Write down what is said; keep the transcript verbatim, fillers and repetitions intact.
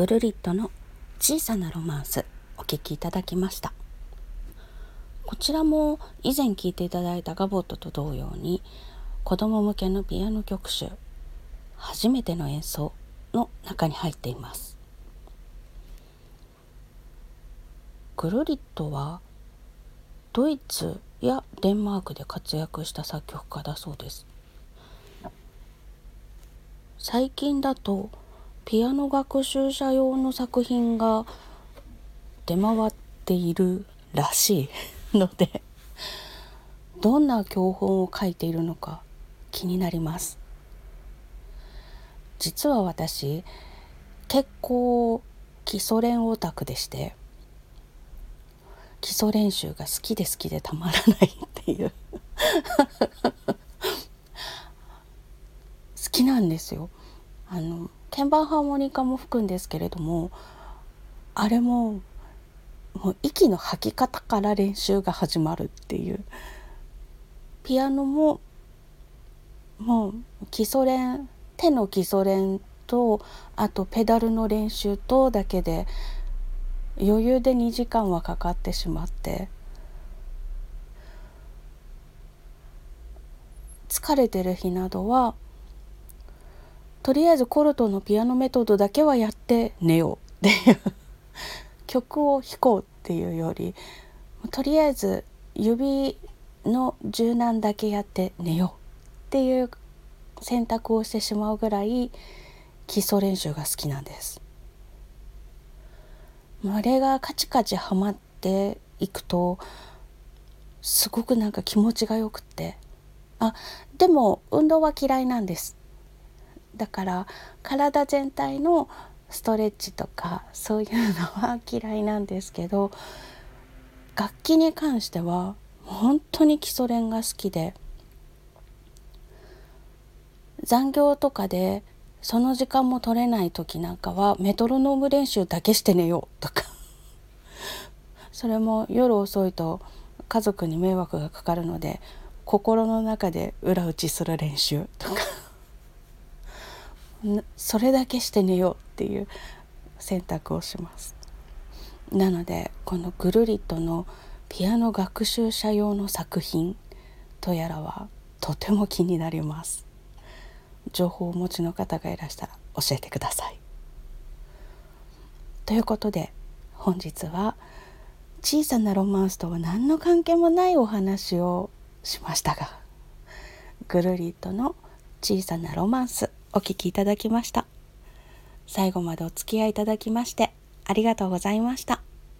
ルリットの小さなロマンスお聞きいただきました。こちらも以前聞いていただいたガボットと同様に子供向けのピアノ曲集初めての演奏の中に入っています。グルリットはドイツやデンマークで活躍した作曲家だそうです。最近だとピアノ学習者用の作品が出回っているらしいので、どんな教本を書いているのか気になります。実は私結構基礎練オタクでして、基礎練習が好きで好きでたまらないっていう好きなんですよ。あの鍵盤ハーモニカも吹くんですけれども、あれももう息の吐き方から練習が始まるっていう。ピアノももう基礎練、手の基礎練とあとペダルの練習とだけで余裕でにじかんはかかってしまって、疲れてる日などはとりあえずコルトのピアノメソッドだけはやって寝ようっていう曲を弾こうっていうより、とりあえず指の柔軟だけやって寝ようっていう選択をしてしまうぐらい基礎練習が好きなんです。あれがカチカチはまっていくとすごくなんか気持ちがよくって、あでも運動は嫌いなんです。だから体全体のストレッチとかそういうのは嫌いなんですけど、楽器に関しては本当に基礎練が好きで、残業とかでその時間も取れない時なんかはメトロノーム練習だけして寝ようとかそれも夜遅いと家族に迷惑がかかるので心の中で裏打ちする練習とかそれだけして寝ようっていう選択をします。なのでこのグルリットのピアノ学習者用の作品とやらはとても気になります。情報をお持ちの方がいらしたら教えてください。ということで本日は小さなロマンスとは何の関係もないお話をしましたが、グルリットの小さなロマンスお聞きいただきました。最後までお付き合いいただきましてありがとうございました。